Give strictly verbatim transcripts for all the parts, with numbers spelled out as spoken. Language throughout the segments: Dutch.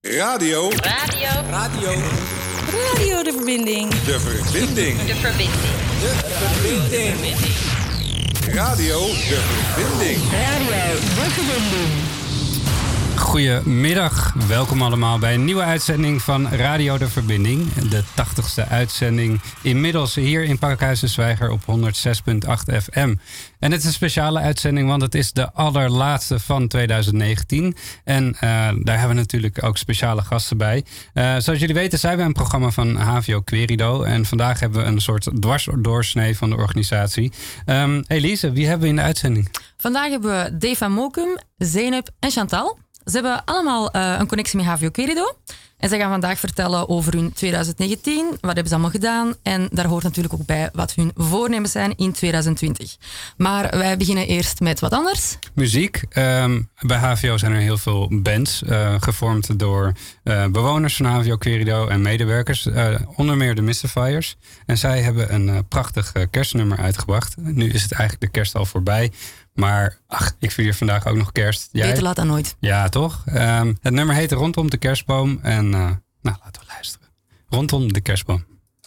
Radio. Radio. Radio. Radio de verbinding. De verbinding. De verbinding. De verbinding. Radio de verbinding. Radio de verbinding. Goedemiddag, welkom allemaal bij een nieuwe uitzending van Radio de Verbinding. De tachtigste uitzending inmiddels hier in Pakhuis de Zwijger op honderd zes komma acht F M. En het is een speciale uitzending, want het is de allerlaatste van twintig negentien. En uh, daar hebben we natuurlijk ook speciale gasten bij. Uh, zoals jullie weten zijn we een programma van H V O Querido. En vandaag hebben we een soort dwarsdoorsnee van de organisatie. Um, Elise, wie hebben we in de uitzending? Vandaag hebben we Deva Mokum, Zeynep en Chantal. Ze hebben allemaal uh, een connectie met H V O Querido. En ze gaan vandaag vertellen over hun twintig negentien. Wat hebben ze allemaal gedaan? En daar hoort natuurlijk ook bij wat hun voornemens zijn in twintig twintig. Maar wij beginnen eerst met wat anders. Muziek. Um, bij H V O zijn er heel veel bands. Uh, gevormd door uh, bewoners van H V O Querido en medewerkers. Uh, onder meer de Mystifiers. En zij hebben een uh, prachtig uh, kerstnummer uitgebracht. Nu is het eigenlijk de kerst al voorbij. Maar ach, ik vier vandaag ook nog kerst. Jij? Beter laat dan nooit. Ja, toch? Um, het nummer heet Rondom de Kerstboom. En uh, nou, laten we luisteren. Rondom de Kerstboom.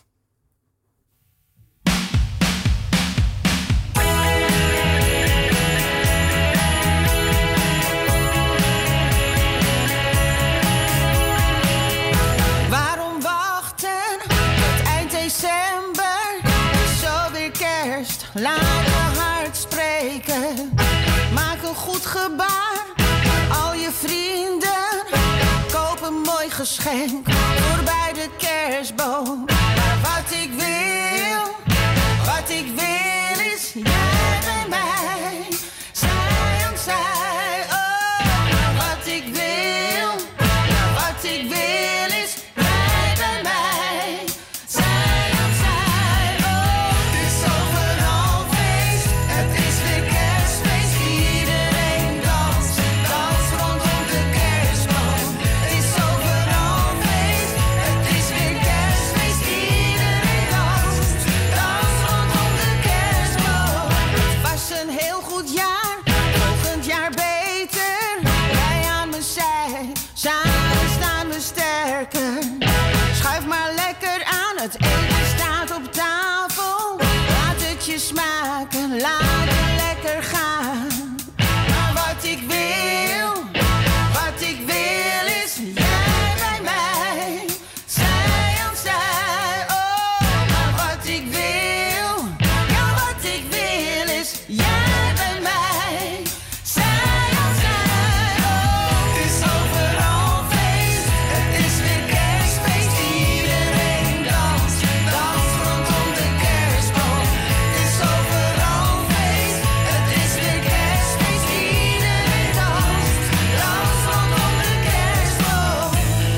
Waarom wachten tot eind december? Is zo weer kerst. Laat je hart spreken. Maak een goed gebaar aan al je vrienden. Koop een mooi geschenk voor bij de kerstboom. Maar wat ik wil, wat ik wil is jij bij mij. Zij aan zij, oh. Wat ik wil, wat ik wil is jij bij mij. Zij aan zij, oh. Het is overal feest, het is weer kerstfeest. Iedereen danst, danst rondom de kerstboom. Het is overal feest, het is weer kerstfeest. Iedereen danst, danst rondom de kerstboom. Het was een heel goed jaar, volgend jaar beter. Jij aan mijn zij, samen staan we sterker. Schuif maar lekker aan, het eten staat op tafel. Laat het je smaken, laat het lekker gaan. Maar wat ik wil, wat ik wil is jij bij mij. Zij aan zij, oh. Maar wat ik wil, ja wat ik wil is jij bij mij. Zij aan zij, oh. Het is overal feest, het is weer kerstfeest. Iedereen danst, danst rondom de kerstboom. Het is overal feest, het is weer kerstfeest. Iedereen danst, danst rondom de kerstboom.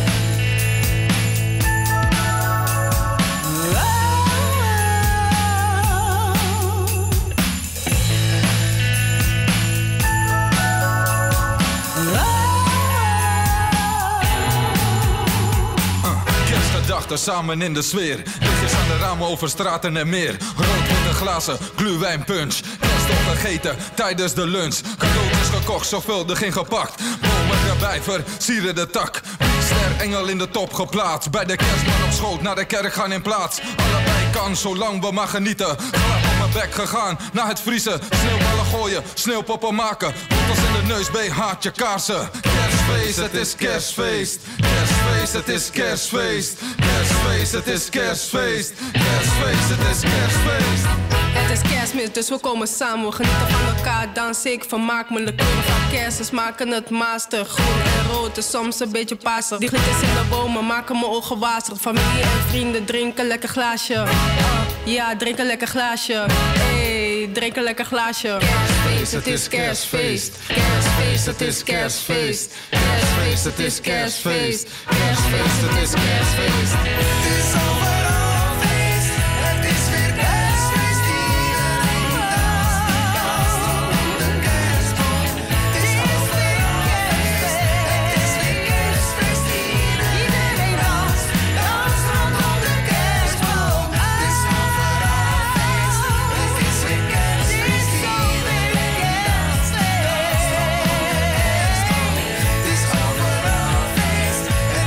Kerstgedachten samen in de sfeer. Lichtjes aan de ramen over straten en meer. Rood-witte glazen, glühwein punch. Kerst opgegeten tijdens de lunch. Cadeautjes gekocht, zorgvuldig ingepakt. Bomen erbij, versieren de tak. Ster engel in de top geplaatst. Bij de kerstman op schoot, naar de kerk gaan in plaats. Allebei kan, zolang we maar genieten. Glad op mijn bek gegaan, na het vriezen. Sneeuwballen gooien, sneeuwpoppen maken. Wortels in de neus, bij haatje kaarsen. Kerstfeest, het is kerstfeest. Kerstfeest, het is kerstfeest. Kerstfeest, het is kerstfeest. Kerstfeest, het is kerstfeest. Het is kerstmis, dus we komen samen. We genieten van elkaar, dans ik, vermaak me. De kleuren van kerstmis maken het master. Groen en rood, en soms een beetje paarsig. Die glitters in de bomen maken mijn ogen wazig. Familie en vrienden drinken lekker glaasje. Uh, ja, drinken lekker glaasje. Hey, drinken lekker glaasje. Kerstfeest, het is kerstfeest. Kerstfeest, het is kerstfeest. Kerstfeest, het is kerstfeest. Kerstfeest, het is kerstfeest. Het is overal feest, het is weer kerstfeest. Iedereen danst, danst rondom de kerstboom. Het is weer kerstfeest, het is weer kerstfeest. Iedereen danst, danst rondom de kerstboom. Het is overal feest, het is weer kerstfeest. Iedereen danst, danst rondom de kerstboom. Het is overal feest,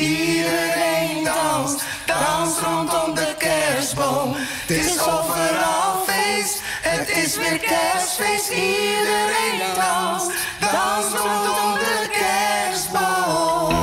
iedereen danst. Dans rondom de kerstboom. Het is overal feest, het is weer kerstfeest. Iedereen danst, dans rondom de kerstboom.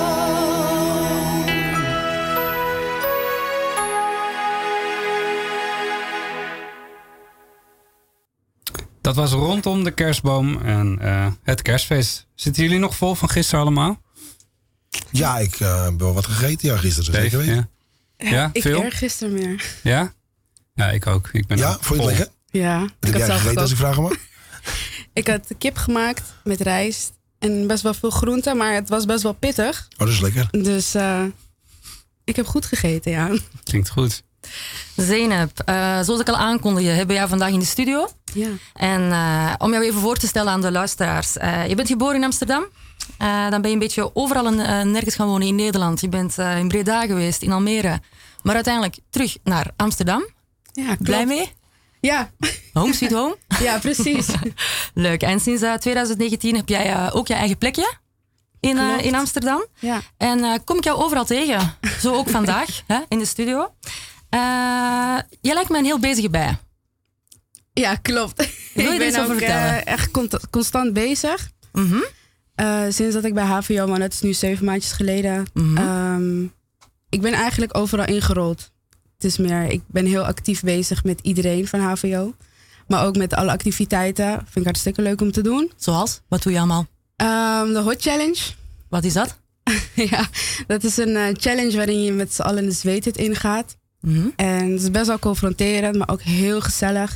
Dat was rondom de kerstboom en uh, het kerstfeest. Zitten jullie nog vol van gisteren allemaal? Ja, ik uh, heb wel wat gegeten ja, gisteren. Dave, Zeker weten. Ja, ja ik veel? eergisteren meer. Ja? Ja, ik ook. Ik ben ja, ook vond je het lekker? Ja. Wat ik heb jij gegeten als ik vragen mag? Ik had kip gemaakt met rijst en best wel veel groenten, maar het was best wel pittig. Oh, dat is lekker. Dus uh, ik heb goed gegeten, ja. Klinkt goed. Zeynep, uh, zoals ik al aankondigde, hebben we jou vandaag in de studio. Ja. En uh, om jou even voor te stellen aan de luisteraars. Uh, je bent geboren in Amsterdam. Uh, dan ben je een beetje overal en uh, nergens gaan wonen in Nederland. Je bent uh, in Breda geweest, in Almere. Maar uiteindelijk terug naar Amsterdam. Ja, klopt. Blij mee? Ja. Home sweet home? Ja, precies. Leuk. En sinds uh, twintig negentien heb jij uh, ook je eigen plekje in, uh, in Amsterdam. Ja. En uh, kom ik jou overal tegen. Zo ook vandaag hè, in de studio. Uh, jij lijkt me een heel bezige bij. Ja, klopt. Wil je ik er iets ben over ook vertellen? uh, echt cont- constant bezig. Mm-hmm. Uh, sinds dat ik bij H V O, maar dat is nu zeven maandjes geleden. Mm-hmm. Um, ik ben eigenlijk overal ingerold. Het is meer, ik ben heel actief bezig met iedereen van H V O. Maar ook met alle activiteiten. Vind ik hartstikke leuk om te doen. Zoals? Wat doe je allemaal? Um, de Hot Challenge. Wat is dat? Ja, dat is een uh, challenge waarin je met z'n allen de zweethut ingaat. Mm-hmm. En het is best wel confronterend, maar ook heel gezellig.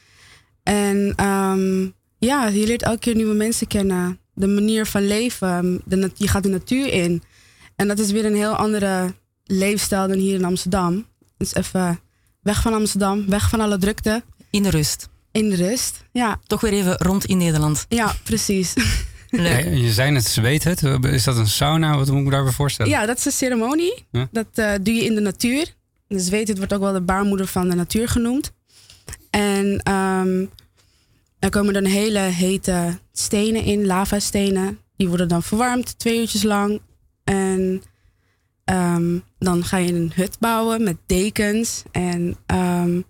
En um, ja, je leert elke keer nieuwe mensen kennen. De manier van leven. De nat- je gaat de natuur in. En dat is weer een heel andere leefstijl dan hier in Amsterdam. Dus even weg van Amsterdam, weg van alle drukte. In de rust. In de rust, ja. Toch weer even rond in Nederland. Ja, precies. Leuk. Ja, je zei net zweethut. Is dat een sauna? Wat moet ik me daarbij voorstellen? Ja, dat is een ceremonie. Ja? Dat uh, doe je in de natuur. De zweethut wordt ook wel de baarmoeder van de natuur genoemd. En um, er komen dan hele hete stenen in, lavastenen. Die worden dan verwarmd, twee uurtjes lang. En um, dan ga je een hut bouwen met dekens. En, um,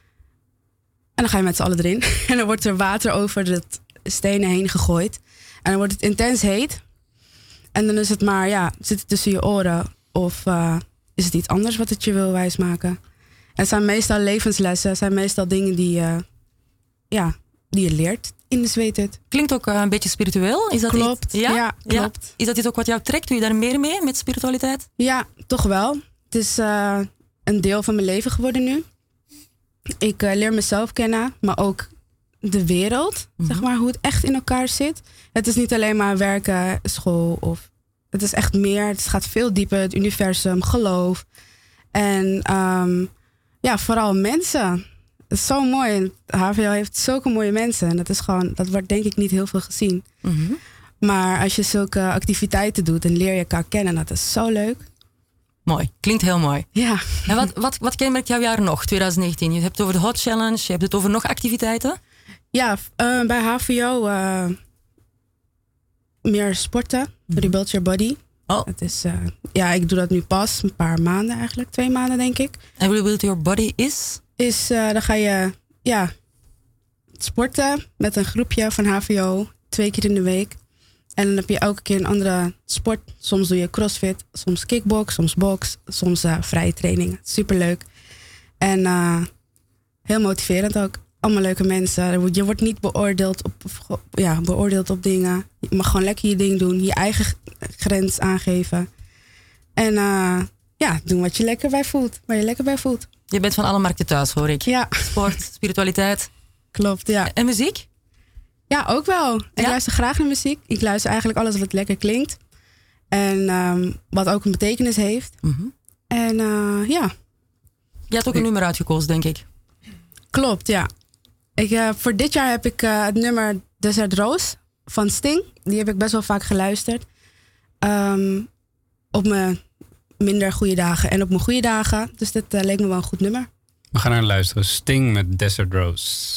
en dan ga je met z'n allen erin. En dan wordt er water over de stenen heen gegooid. En dan wordt het intens heet. En dan is het maar, ja, zit het tussen je oren. Of uh, is het iets anders wat het je wil wijsmaken. En het zijn meestal levenslessen. Het zijn meestal dingen die, uh, ja, die je leert in de zweethut. Klinkt ook uh, een beetje spiritueel. Is dat klopt, iets? Ja? ja, klopt. Ja? Is dat iets ook wat jou trekt? Doe je daar meer mee met spiritualiteit? Ja, toch wel. Het is uh, een deel van mijn leven geworden nu. Ik uh, leer mezelf kennen, maar ook de wereld. Mm-hmm. Zeg maar, hoe het echt in elkaar zit. Het is niet alleen maar werken, school. Of, het is echt meer. Het gaat veel dieper. Het universum, geloof. En um, ja, vooral mensen. Het is zo mooi. H V O heeft zulke mooie mensen. En dat is gewoon, dat wordt denk ik niet heel veel gezien. Mm-hmm. Maar als je zulke activiteiten doet, dan leer je elkaar kennen. Dat is zo leuk. Mooi, klinkt heel mooi. Ja. En wat, wat, wat kenmerkt jouw jaar nog, twintig negentien? Je hebt het over de Hot Challenge, je hebt het over nog activiteiten? Ja, uh, bij H V O uh, meer sporten. Mm-hmm. Rebuild Your Body. Oh. Het is, uh, ja, ik doe dat nu pas, een paar maanden eigenlijk. Twee maanden denk ik. En Rebuild Your Body is? Is, uh, dan ga je ja, sporten met een groepje van H V O. Twee keer in de week. En dan heb je elke keer een andere sport. Soms doe je crossfit, soms kickbox, soms box, soms uh, vrije trainingen. Superleuk. En uh, heel motiverend ook. Allemaal leuke mensen. Je wordt niet beoordeeld op, ja, beoordeeld op dingen. Je mag gewoon lekker je ding doen. Je eigen grens aangeven. En uh, ja, doen wat je lekker bij voelt. Waar je lekker bij voelt. Je bent van alle markten thuis, hoor ik. Ja. Sport, spiritualiteit. Klopt, ja. En muziek? Ja, ook wel. Ik ja? luister graag naar muziek. Ik luister eigenlijk alles wat lekker klinkt. En um, wat ook een betekenis heeft. Mm-hmm. En uh, ja. Je had ook een nummer uitgekozen, denk ik. Klopt, ja. Ik, uh, voor dit jaar heb ik uh, het nummer Desert Rose van Sting. Die heb ik best wel vaak geluisterd. Um, op mijn minder goede dagen en op mijn goede dagen. Dus dit uh, leek me wel een goed nummer. We gaan naar luisteren. Sting met Desert Rose.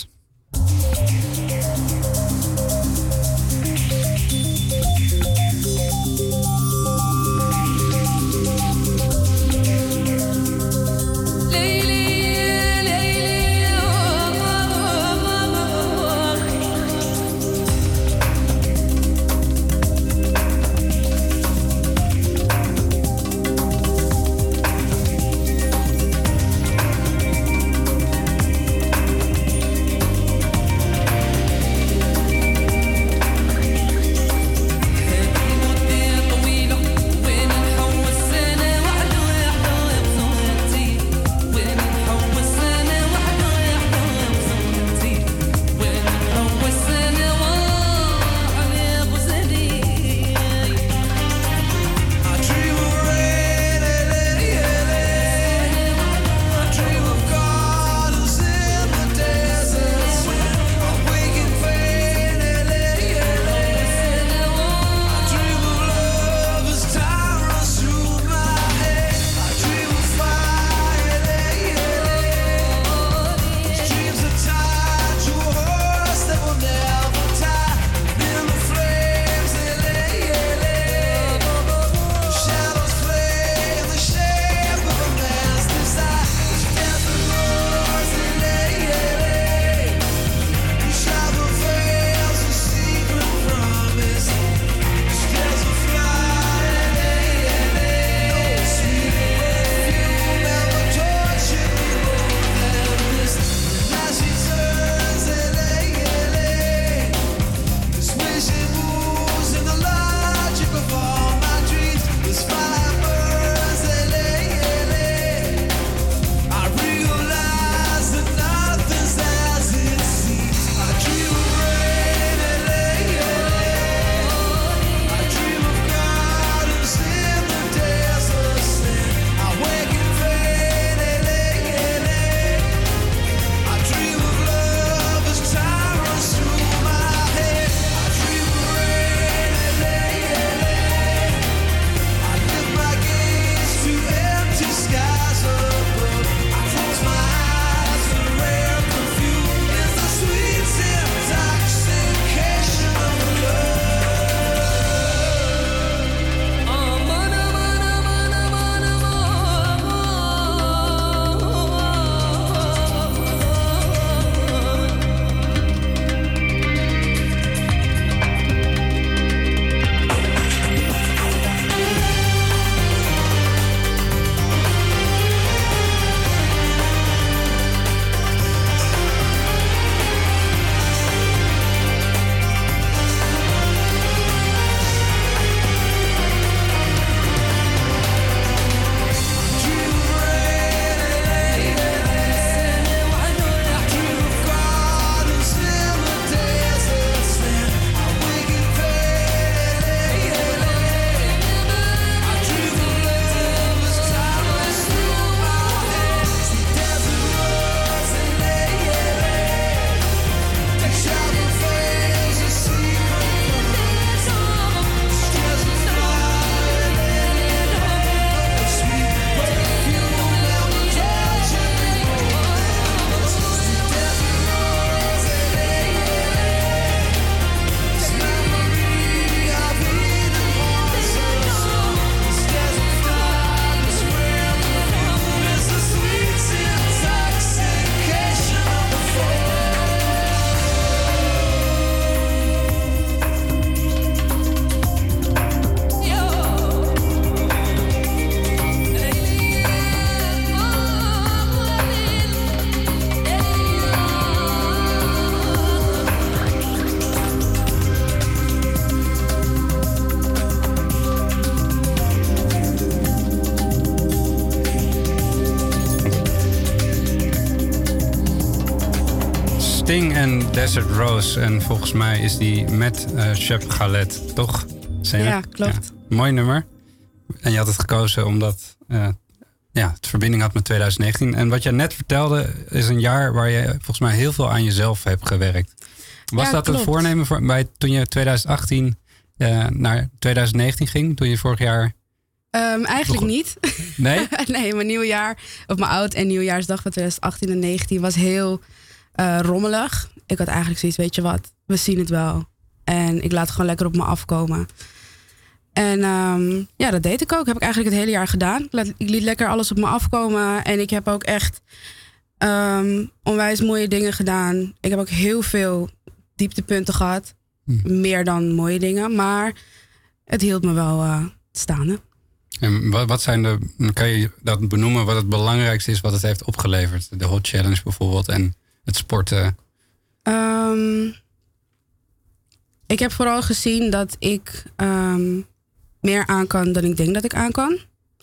Sting en Desert Rose. En volgens mij is die met uh, Cheb Khaled, toch? Zeynep? Ja, klopt. Ja, mooi nummer. En je had het gekozen omdat uh, ja, het verbinding had met twintig negentien. En wat je net vertelde is een jaar waar je volgens mij heel veel aan jezelf hebt gewerkt. Was ja, dat klopt. een voornemen voor, bij, toen je twintig achttien uh, naar twintig negentien ging? Toen je vorig jaar... Um, eigenlijk Begon. niet. Nee? nee, mijn nieuwjaar, of mijn oud- en nieuwjaarsdag van twintig achttien en negentien was heel uh, rommelig. Ik had eigenlijk zoiets, weet je wat, we zien het wel. En ik laat het gewoon lekker op me afkomen. En um, ja, dat deed ik ook. Heb ik eigenlijk het hele jaar gedaan. Ik, laat, ik liet lekker alles op me afkomen. En ik heb ook echt um, onwijs mooie dingen gedaan. Ik heb ook heel veel dieptepunten gehad. Hm. Meer dan mooie dingen. Maar het hield me wel uh, staande. En wat, wat zijn de, kan je dat benoemen wat het belangrijkste is wat het heeft opgeleverd? De Hot Challenge bijvoorbeeld en het sporten. Um, ik heb vooral gezien dat ik um, meer aan kan dan ik denk dat ik aan kan.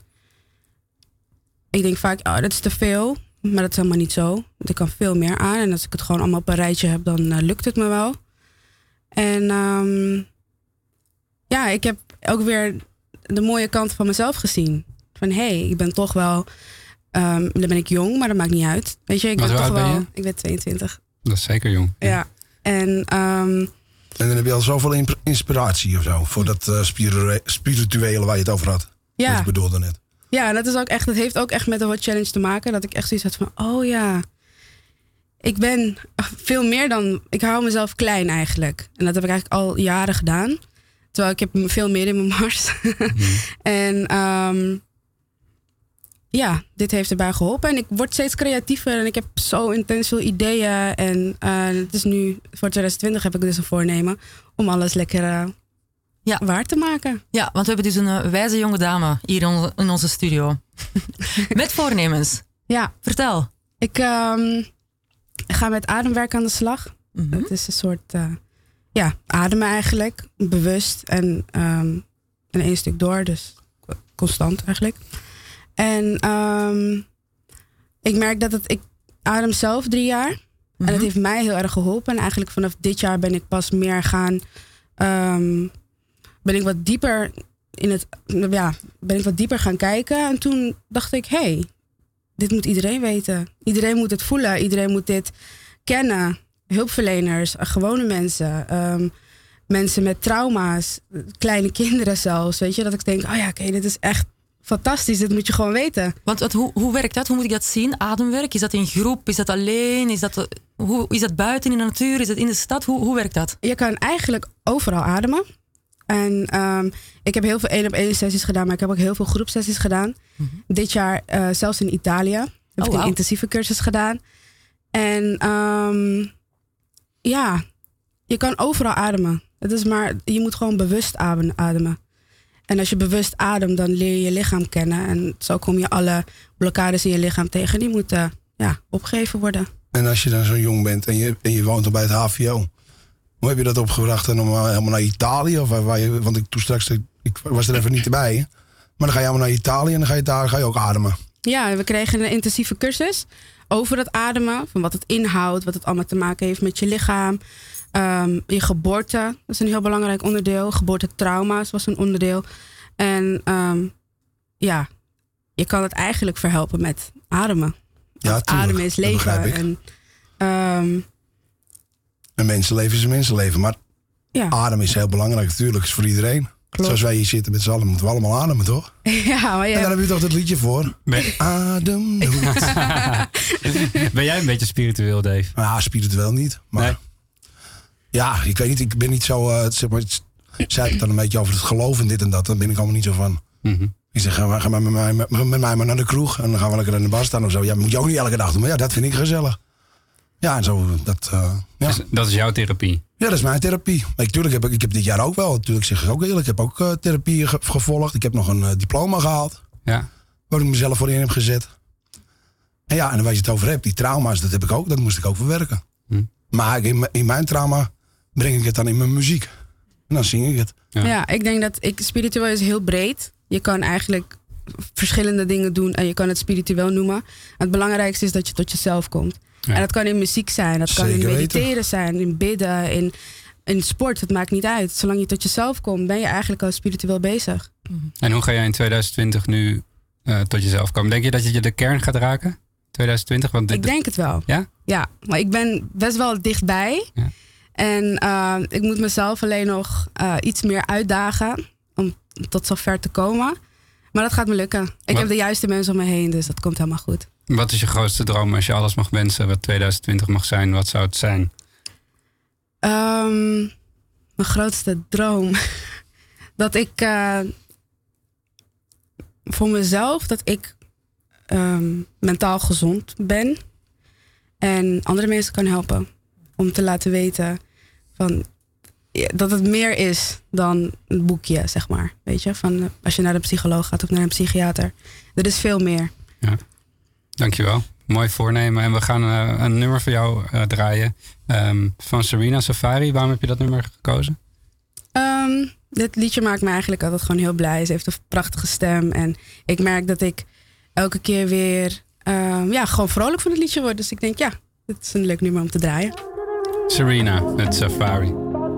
Ik denk vaak, oh, dat is te veel. Maar dat is helemaal niet zo. Want ik kan veel meer aan. En als ik het gewoon allemaal op een rijtje heb, dan uh, lukt het me wel. En um, ja, ik heb ook weer de mooie kant van mezelf gezien. Van hé, hey, ik ben toch wel... Um, dan ben ik jong, maar dat maakt niet uit. Weet je, ik Wat ben toch oud wel... ben je? Ik ben tweeëntwintig. Dat is zeker jong. Ja. En, um, en dan heb je al zoveel inspiratie of zo. Voor dat uh, spirituele, spirituele waar je het over had. Ja. Wat je bedoelde net. Ja, en dat, is ook echt, dat heeft ook echt met de Hot Challenge te maken. Dat ik echt zoiets had van, oh ja... Ik ben veel meer dan... Ik hou mezelf klein eigenlijk. En dat heb ik eigenlijk al jaren gedaan. Terwijl ik heb veel meer in mijn mars. Mm. en um, ja, dit heeft erbij geholpen. En ik word steeds creatiever. En ik heb zo intens veel ideeën. En uh, het is nu, voor twintig twintig heb ik dus een voornemen... om alles lekker uh, ja. waar te maken. Ja, want we hebben dus een uh, wijze jonge dame hier in onze, in onze studio. Met voornemens. Ja. Vertel. Ik um, ga met ademwerk aan de slag. Mm-hmm. Het is een soort... Uh, Ja, ademen eigenlijk. Bewust en um, in één stuk door. Dus constant eigenlijk. En um, ik merk dat het... Ik adem zelf drie jaar. Mm-hmm. En dat heeft mij heel erg geholpen. En eigenlijk vanaf dit jaar ben ik pas meer gaan... Um, ben ik wat dieper in het... Ja, ben ik wat dieper gaan kijken. En toen dacht ik... Hé, hey, dit moet iedereen weten. Iedereen moet het voelen. Iedereen moet dit kennen. Hulpverleners, gewone mensen, um, mensen met trauma's, kleine kinderen zelfs. Weet je, dat ik denk, oh ja, oké, okay, dit is echt fantastisch, dit moet je gewoon weten. Want wat, hoe, hoe werkt dat? Hoe moet ik dat zien? Ademwerk? Is dat in groep? Is dat alleen? Is dat, hoe, is dat buiten in de natuur? Is dat in de stad? Hoe, hoe werkt dat? Je kan eigenlijk overal ademen. En um, ik heb heel veel één op één sessies gedaan, maar ik heb ook heel veel groepsessies gedaan. Mm-hmm. Dit jaar uh, zelfs in Italië heb oh, ik een wow. intensieve cursus gedaan. En um, ja, je kan overal ademen. Het is maar, je moet gewoon bewust ademen. En als je bewust ademt, dan leer je je lichaam kennen. En zo kom je alle blokkades in je lichaam tegen. Die moeten ja, opgegeven worden. En als je dan zo jong bent en je, en je woont dan bij het H V O. Hoe heb je dat opgebracht? En om helemaal naar Italië? Of waar je, want ik toen straks, ik was er even niet bij. Maar dan ga je helemaal naar Italië en dan ga je daar ga je ook ademen. Ja, we kregen een intensieve cursus over het ademen. Van wat het inhoudt, wat het allemaal te maken heeft met je lichaam. Um, je geboorte, dat is een heel belangrijk onderdeel. Geboortetrauma's was een onderdeel. En um, ja, je kan het eigenlijk verhelpen met ademen. Ja, tuurlijk, ademen is leven. En, um, een mensenleven is een mensenleven. Maar ja. Adem is heel belangrijk natuurlijk. Is voor iedereen. Klopt. Zoals wij hier zitten met z'n allen, moeten we allemaal ademen, toch? Ja, maar ja. En daar heb je toch dat liedje voor? Ben... Adem. Ben jij een beetje spiritueel, Dave? Ja, spiritueel niet. Maar nee. Ja, ik weet niet. Ik ben niet zo... Uh, zeg maar, zei het dan een beetje over het geloof en dit en dat. Dan ben ik allemaal niet zo van. Mm-hmm. Ik zeg, ga, ga maar met mij, met, met mij maar naar de kroeg. En dan gaan we lekker in de bar staan of zo. Ja, moet je ook niet elke dag doen. Maar ja, dat vind ik gezellig. Ja, en zo. Dat, uh, ja. Dus, dat is jouw therapie? Ja, dat is mijn therapie. Maar ik, heb, ik heb dit jaar ook wel. Natuurlijk zeg ik ook eerlijk. Ik heb ook uh, therapie ge- gevolgd. Ik heb nog een uh, diploma gehaald. Ja. Waar ik mezelf voor in heb gezet. En ja, en waar je het over hebt. Die trauma's, dat heb ik ook. Dat moest ik ook verwerken. Hm. Maar in, in mijn trauma breng ik het dan in mijn muziek. En dan zing ik het. Ja, ja ik denk dat ik, spiritueel is heel breed. Je kan eigenlijk verschillende dingen doen en je kan het spiritueel noemen. Het belangrijkste is dat je tot jezelf komt. Ja. En dat kan in muziek zijn, dat kan Zeker in mediteren weten. zijn, in bidden, in, in sport. Het maakt niet uit. Zolang je tot jezelf komt, ben je eigenlijk al spiritueel bezig. En hoe ga jij in twintig twintig nu uh, tot jezelf komen? Denk je dat je de kern gaat raken? twintig twintig? Want dit, ik denk het wel. Ja? Ja, maar ik ben best wel dichtbij. Ja. En uh, ik moet mezelf alleen nog uh, iets meer uitdagen om tot zover te komen. Maar dat gaat me lukken. Ik wat? heb de juiste mensen om me heen, dus dat komt helemaal goed. Wat is je grootste droom als je alles mag wensen wat twintig twintig mag zijn? Wat zou het zijn? Um, mijn grootste droom? dat ik uh, voor mezelf, dat ik um, mentaal gezond ben. En andere mensen kan helpen. Om te laten weten van, ja, dat het meer is dan een boekje, zeg maar. Weet je, van als je naar de psycholoog gaat of naar een psychiater. Er is veel meer. Ja. Dankjewel. Mooi voornemen. En we gaan uh, een nummer voor jou uh, draaien. Um, van Serena Safari. Waarom heb je dat nummer gekozen? Um, dit liedje maakt me eigenlijk altijd gewoon heel blij. Ze heeft een prachtige stem. En ik merk dat ik elke keer weer um, ja, gewoon vrolijk van het liedje word. Dus ik denk, ja, dit is een leuk nummer om te draaien. Serena met Safari.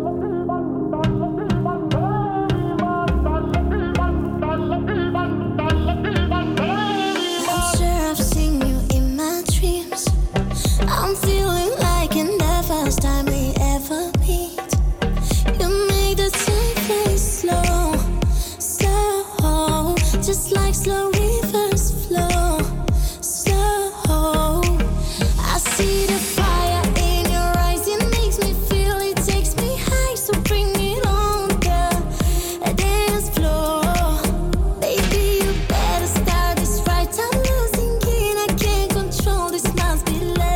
I'm feeling like in the first time we ever meet. You make the time very slow, slow, just like slow rivers flow, slow. I see the fire in your eyes, it makes me feel, it takes me high, so bring it on the dance floor. Baby, you better start this right, I'm losing it, I can't control this, must be love.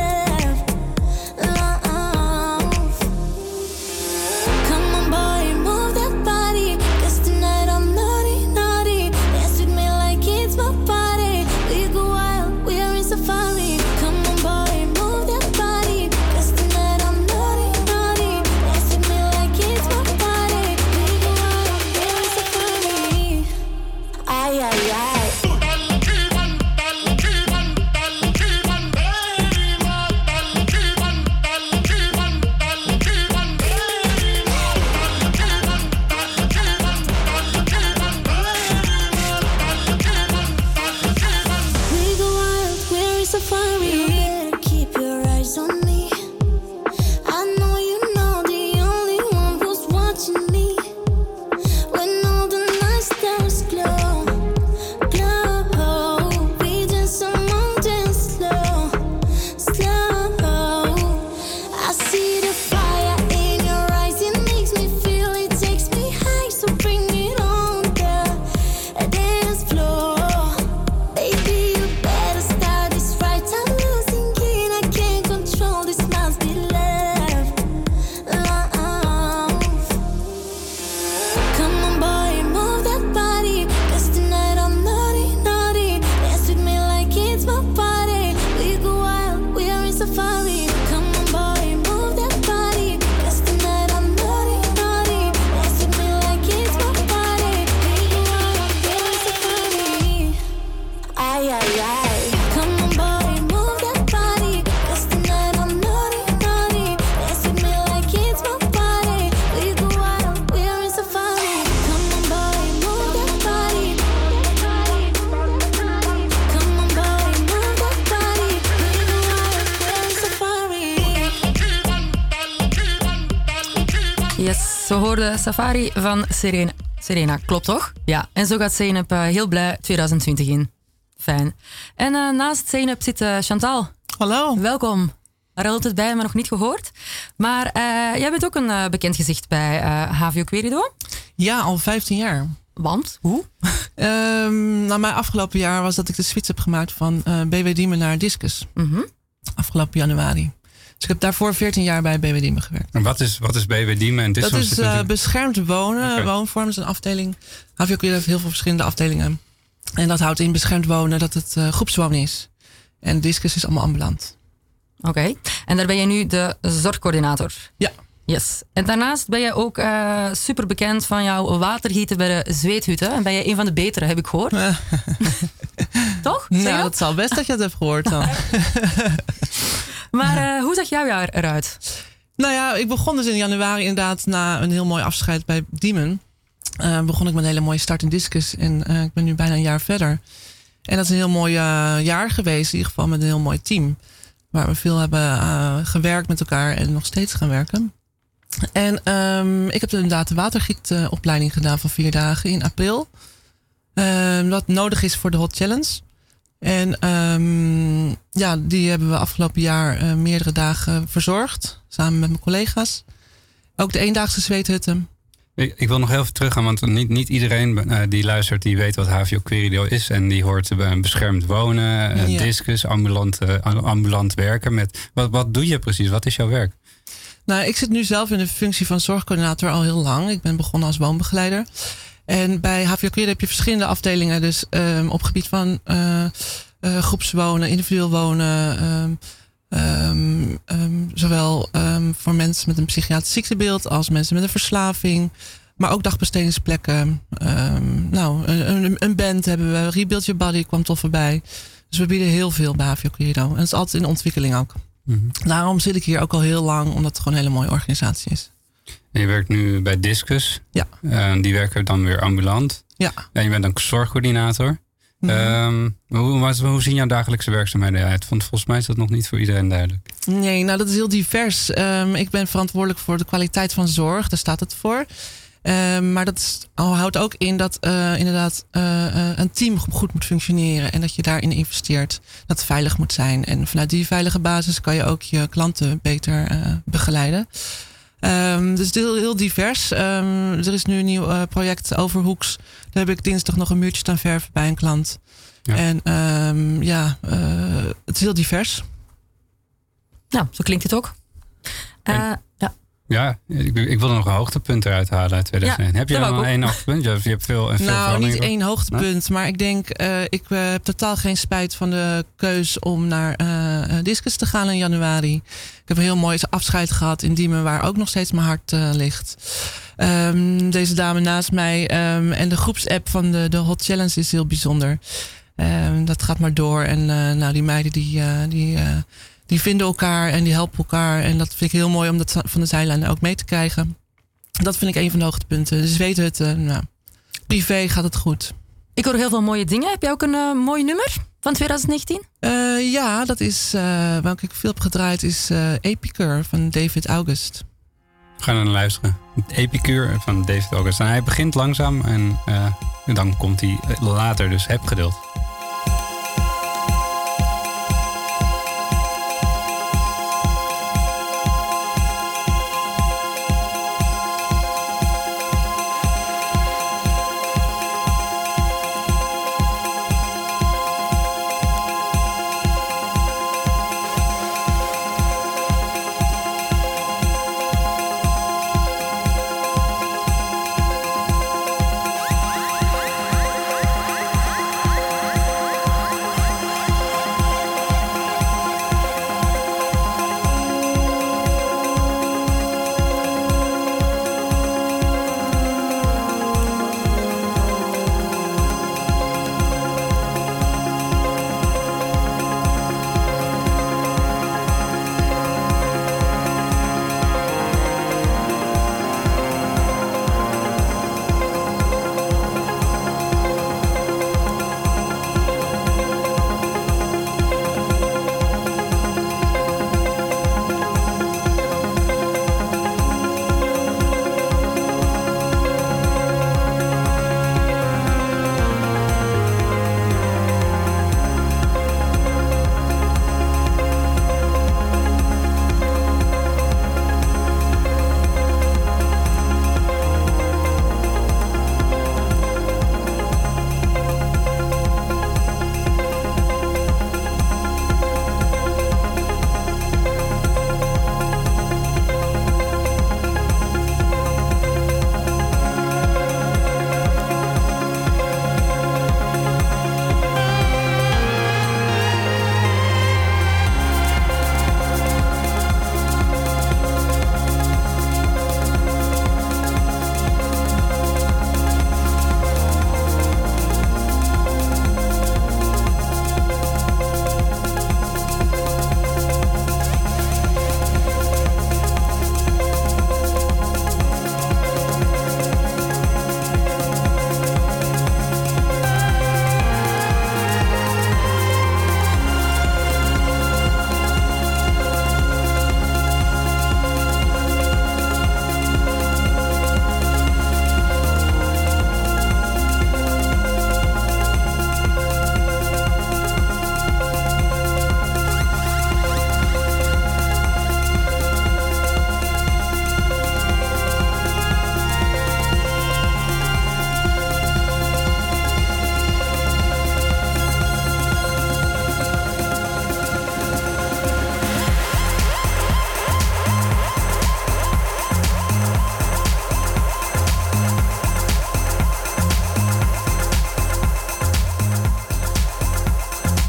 We hoorden Safari van Serena. Serena, klopt toch? Ja. En zo gaat Zeynep uh, heel blij twintig twintig in. Fijn. En uh, naast Zeynep zit uh, Chantal. Hallo. Welkom. Er had het bij, maar nog niet gehoord. Maar uh, jij bent ook een uh, bekend gezicht bij uh, H V O Querido. Ja, al vijftien jaar. Want? Hoe? um, nou, mijn afgelopen jaar was dat ik de switch heb gemaakt van uh, B W Diemen naar Discus. Mm-hmm. Afgelopen januari. Dus ik heb daarvoor veertien jaar bij B W Diemen gewerkt. En wat is, wat is B W Diemen? En dat is uh, beschermd wonen. Okay. Woonvorm is een afdeling. H V O Querido heeft heel veel verschillende afdelingen. En dat houdt in beschermd wonen dat het uh, groepswonen is. En Discus is allemaal ambulant. Oké. Okay. En daar ben je nu de zorgcoördinator? Ja. Yes. En daarnaast ben je ook uh, super bekend van jouw watergieten bij de zweethutten. En ben je een van de betere, heb ik gehoord. Toch? Zeg Nou, je dat zal best dat je het hebt gehoord dan. Maar uh, hoe zag jouw jaar eruit? Nou ja, ik begon dus in januari inderdaad na een heel mooi afscheid bij Diemen. Uh, begon ik met een hele mooie start in discus. En uh, ik ben nu bijna een jaar verder. En dat is een heel mooi uh, jaar geweest. In ieder geval met een heel mooi team. Waar we veel hebben uh, gewerkt met elkaar en nog steeds gaan werken. En um, ik heb inderdaad de watergietopleiding gedaan van vier dagen in april. Um, wat nodig is voor de Hot Challenge. En um, ja, die hebben we afgelopen jaar uh, meerdere dagen verzorgd. Samen met mijn collega's. Ook de eendaagse zweethutten. Ik, ik wil nog heel even teruggaan, want niet, niet iedereen uh, die luistert, die weet wat H V O Querido is. En die hoort uh, beschermd wonen, uh, Ja. discus, ambulant, uh, ambulant werken. Met, wat, wat doe je precies? Wat is jouw werk? Nou, ik zit nu zelf in de functie van zorgcoördinator al heel lang. Ik ben begonnen als woonbegeleider. En bij H V O Querido heb je verschillende afdelingen. Dus um, op gebied van uh, uh, groepswonen, individueel wonen. Um, um, um, zowel um, voor mensen met een psychiatrisch ziektebeeld als mensen met een verslaving. Maar ook dagbestedingsplekken. Um, nou, een, een, een band hebben we. Rebuild Your Body kwam toch voorbij. Dus we bieden heel veel bij H V O Querido. En het is altijd in ontwikkeling ook. Mm-hmm. Daarom zit ik hier ook al heel lang, omdat het gewoon een hele mooie organisatie is. En je werkt nu bij Discus. Ja. Uh, die werken dan weer ambulant. Ja. En je bent ook zorgcoördinator. Mm-hmm. Um, hoe, hoe zien jouw dagelijkse werkzaamheden uit? Want volgens mij is dat nog niet voor iedereen duidelijk. Nee, nou dat is heel divers. Um, ik ben verantwoordelijk voor de kwaliteit van zorg. Daar staat het voor. Um, maar dat is, houdt ook in dat uh, inderdaad uh, uh, een team goed moet functioneren. En dat je daarin investeert. Dat het veilig moet zijn. En vanuit die veilige basis kan je ook je klanten beter uh, begeleiden. Um, dus het is heel, heel divers. Um, er is nu een nieuw uh, project Overhoeks. Daar heb ik dinsdag nog een muurtje staan verven bij een klant. Ja. En um, ja, uh, het is heel divers. Nou, zo klinkt het ook. Uh, ja. Ja, ik, ik wil er nog een hoogtepunt eruit halen uit tweeduizend één. Ja, heb je dan een één hoogtepunt? Je hebt veel, veel nou, niet één hoogtepunt. Nee? Maar ik denk, uh, ik uh, heb totaal geen spijt van de keus om naar uh, Discus te gaan in januari. Ik heb een heel mooi afscheid gehad in Diemen, waar ook nog steeds mijn hart uh, ligt. Um, deze dame naast mij um, en de groepsapp van de, de Hot Challenge is heel bijzonder. Um, dat gaat maar door. En uh, nou, die meiden die... Uh, die uh, Die vinden elkaar en die helpen elkaar. En dat vind ik heel mooi om dat van de zijlijn ook mee te krijgen. Dat vind ik een van de hoogtepunten. Dus weet het, uh, nou, privé gaat het goed. Ik hoor heel veel mooie dingen. Heb jij ook een uh, mooi nummer van twintig negentien? Uh, ja, dat is, uh, welke ik veel heb gedraaid, is uh, Epicure van David August. We gaan naar luisteren. Epicure van David August. En hij begint langzaam en uh, dan komt hij later. Dus heb geduld. Thank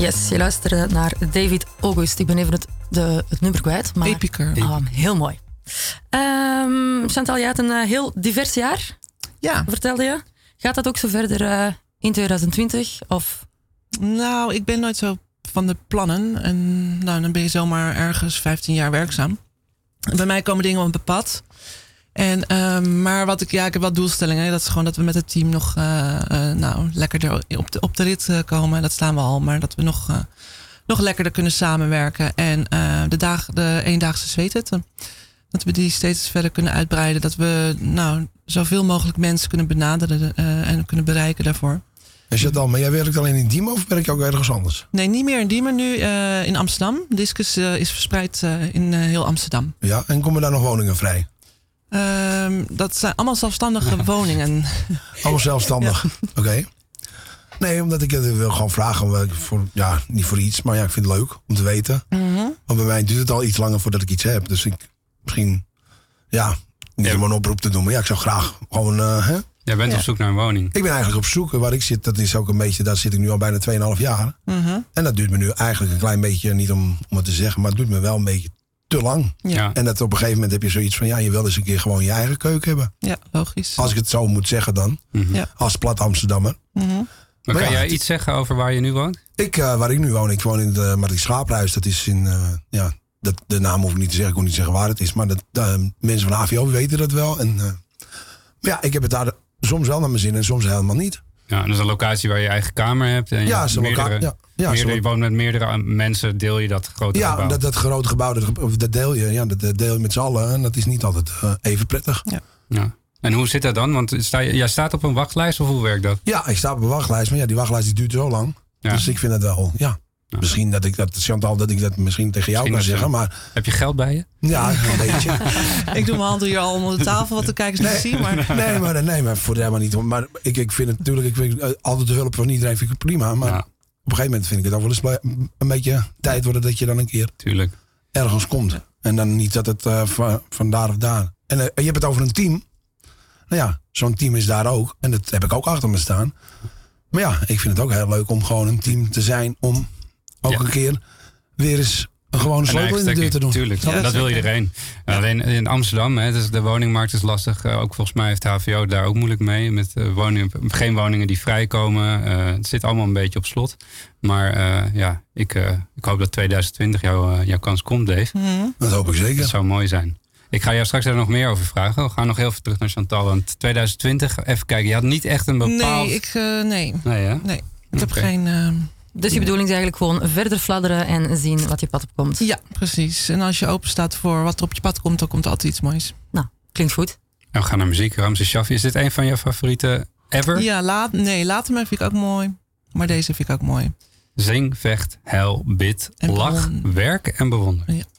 Yes, je luisterde naar David August. Ik ben even het, de, het nummer kwijt. Maar, Epiker. Ah, heel mooi. Um, Chantal, je had een uh, heel divers jaar. Ja. Vertelde je. Gaat dat ook zo verder uh, in twintig twintig? Of? Nou, ik ben nooit zo van de plannen. En nou, dan ben je zomaar ergens vijftien jaar werkzaam. En bij mij komen dingen op een pad. En, um, maar wat ik, ja, ik heb wel doelstellingen. Dat is gewoon dat we met het team nog uh, uh, nou, lekkerder op de, op de rit uh, komen. Dat staan we al. Maar dat we nog, uh, nog lekkerder kunnen samenwerken. En uh, de, dag, de eendaagse zweetwetten. Dat we die steeds verder kunnen uitbreiden. Dat we nou, zoveel mogelijk mensen kunnen benaderen uh, en kunnen bereiken daarvoor. Is dat dan, maar jij werkt alleen in Diemen of werk je ook ergens anders? Nee, niet meer in Diemen, nu uh, in Amsterdam. Discus uh, is verspreid uh, in uh, heel Amsterdam. Ja, en komen daar nog woningen vrij? Um, dat zijn allemaal zelfstandige ja. woningen. Allemaal zelfstandig, ja. Oké. Okay. Nee, omdat ik het wil gewoon vragen. Voor, ja, niet voor iets, maar ja, ik vind het leuk om te weten. Mm-hmm. Want bij mij duurt het al iets langer voordat ik iets heb. Dus ik misschien, ja, niet ja. om een oproep te doen. Maar ja, ik zou graag gewoon... Uh, hè? Jij bent ja. op zoek naar een woning. Ik ben eigenlijk op zoek. Waar ik zit, dat is ook een beetje... Daar zit ik nu al bijna twee komma vijf jaar. Mm-hmm. En dat duurt me nu eigenlijk een klein beetje... Niet om, om het te zeggen, maar het duurt me wel een beetje te lang. Ja. En dat op een gegeven moment heb je zoiets van... Ja, je wil eens een keer gewoon je eigen keuken hebben. Ja, logisch. Als ik het zo moet zeggen dan. Mm-hmm. Ja. Als plat Amsterdammer. Mm-hmm. Maar, maar kan ja, jij iets zeggen over waar je nu woont? Ik, uh, waar ik nu woon, ik woon in het Marie Schaaphuis. Dat is in... Uh, ja, dat, de naam hoef ik niet te zeggen. Ik kon niet zeggen waar het is. Maar dat, uh, mensen van A V O weten dat wel. En, uh, maar ja, ik heb het daar... De, soms wel naar mijn zin en soms helemaal niet. Ja, en dat is een locatie waar je eigen kamer hebt. En ja, je, meerdere, loca- ja, ja meerdere, je woont met meerdere mensen, deel je dat grote ja, gebouw. Ja, dat, dat grote gebouw, dat, dat, deel je, ja, dat deel je met z'n allen. En dat is niet altijd uh, even prettig. Ja. Ja. En hoe zit dat dan? Want sta je, jij staat op een wachtlijst of hoe werkt dat? Ja, ik sta op een wachtlijst. Maar ja, die wachtlijst die duurt zo lang. Ja. Dus ik vind het wel, ja. Ja. Misschien dat ik dat, Chantal, dat ik dat misschien tegen jou misschien kan zeggen. Maar... Heb je geld bij je? Ja, een beetje. Ik doe mijn hand hier al onder de tafel, wat de kijkers niet nee, zien. Maar... Nee, maar, nee, maar voor helemaal niet. Maar ik, ik vind het natuurlijk, ik vind altijd de hulp van iedereen vind ik prima. Maar ja. op een gegeven moment vind ik het ook wel eens een beetje tijd worden dat je dan een keer Tuurlijk. ergens komt. En dan niet dat het uh, van, van daar of daar. En uh, je hebt het over een team. Nou ja, zo'n team is daar ook. En dat heb ik ook achter me staan. Maar ja, ik vind het ook heel leuk om gewoon een team te zijn om... Ook ja. een keer weer eens een gewone sleutel in de deur te doen. Tuurlijk, ja, dat wil iedereen. Ja. Alleen in Amsterdam, hè, dus de woningmarkt is lastig. Uh, ook volgens mij heeft H V O daar ook moeilijk mee. Met uh, woningen, geen woningen die vrijkomen. Uh, het zit allemaal een beetje op slot. Maar uh, ja, ik, uh, ik hoop dat twintig twintig jou, uh, jouw kans komt, Dave. Mm-hmm. Dat hoop ik zeker. Dat zou mooi zijn. Ik ga jou straks daar nog meer over vragen. We gaan nog heel even terug naar Chantal. Want twintig twintig, even kijken. Je had niet echt een bepaald... Nee, ik, uh, nee. Nee, hè? nee. Ik heb okay. geen... Uh... Dus je bedoeling is eigenlijk gewoon verder fladderen en zien wat je pad op komt. Ja, precies. En als je open staat voor wat er op je pad komt, dan komt er altijd iets moois. Nou, klinkt goed. En we gaan naar muziek. Ramses Shaffi, is dit een van jouw favorieten ever? Ja, laat, nee, later maar vind ik ook mooi. Maar deze vind ik ook mooi. Zing, vecht, huil, bid, en lach, bewonder. Werk en bewonder. Ja.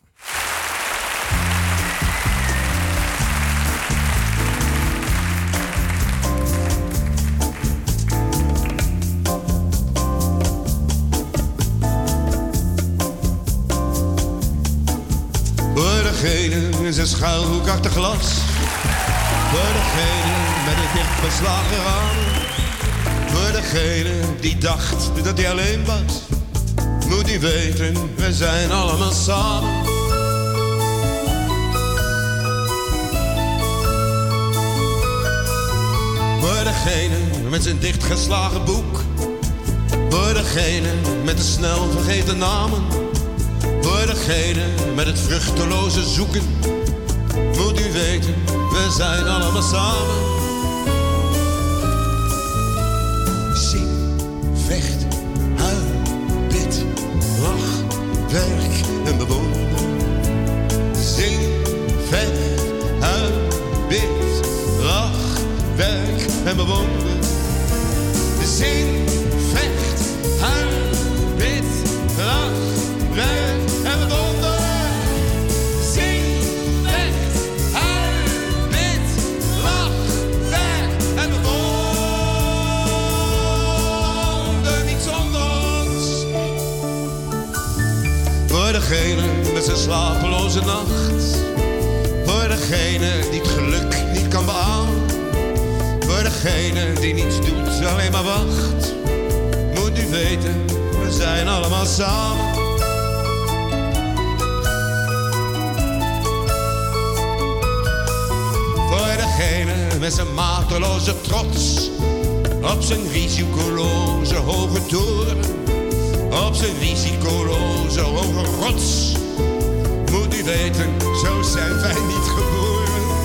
In zijn schuilhoek achter glas. Voor degene met het dicht beslagen raam. Voor degene die dacht dat hij alleen was. Moet hij weten, we zijn allemaal samen. Voor degene met zijn dichtgeslagen boek. Voor degene met de snel vergeten namen. Voor degene met het vruchteloze zoeken. Moet u weten, we zijn allemaal samen. Zing, vecht, huil, bid, lach, werk en bewonder. Zing, vecht, huil, bid, lach, werk en bewonder. Zing, vecht, huil, bid, lach, werk en bewonder. Zing, vecht, huil, bid, lach, werk en bewonder. Niet zonder ons. Voor degene met zijn slapeloze nacht. Voor degene die het geluk niet kan beamen. Voor degene die niets doet, alleen maar wacht. Moet u weten, we zijn allemaal samen. Voor degene met zijn mateloze trots, op zijn risicoloze hoge toren, op zijn risicoloze hoge rots. Moet u weten, zo zijn wij niet geboren.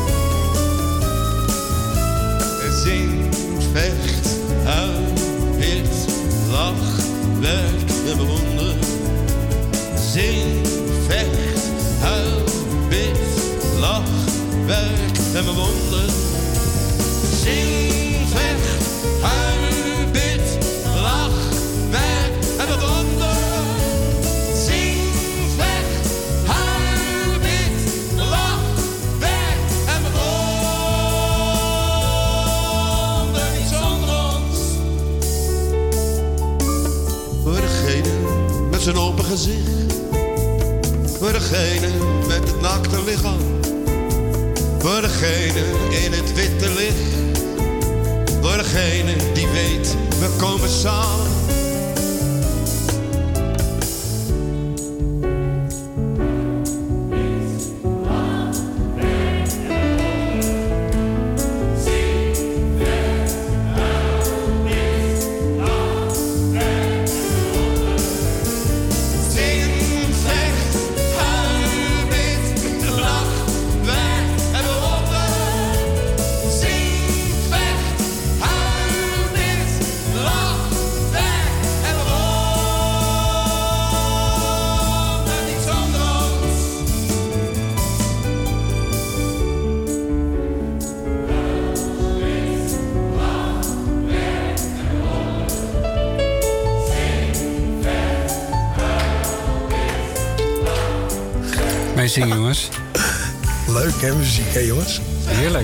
Zing, vecht, huil, hit, lach, werk en bewonder. Zing, vecht, huil, bid, lach, werk en bewonder. Zing, vecht, huil, bid, lach, werk en bewonder. Zing, vecht, huil, bid, lach, werk en bewonder. Niet zonder ons. Voor degene met zijn open gezicht, voor degene met het naakte lichaam, voor degene in het witte licht, voor degene die weet, we komen samen. Zingen, jongens. Leuk, hè, muziek, hè, jongens? Heerlijk.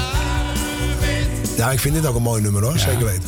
Ja, ik vind dit ook een mooi nummer, hoor. Ja. Zeker weten.